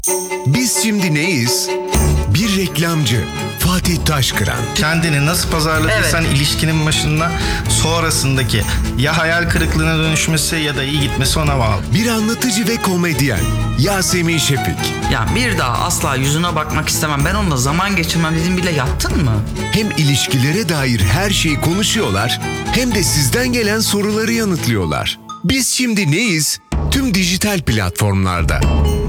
Biz şimdi neyiz? Bir reklamcı Fatih Taşkıran. Kendini nasıl pazarladıysan ilişkinin başında sonrasındaki ya hayal kırıklığına dönüşmesi ya da iyi gitmesi ona bağlı. Bir anlatıcı ve komedyen Yasemin Şefik. Ya bir daha asla yüzüne bakmak istemem. Ben onunla zaman geçirmem dedim, bile yaptın mı? Hem ilişkilere dair her şeyi konuşuyorlar hem de sizden gelen soruları yanıtlıyorlar. Biz şimdi neyiz? Tüm dijital platformlarda.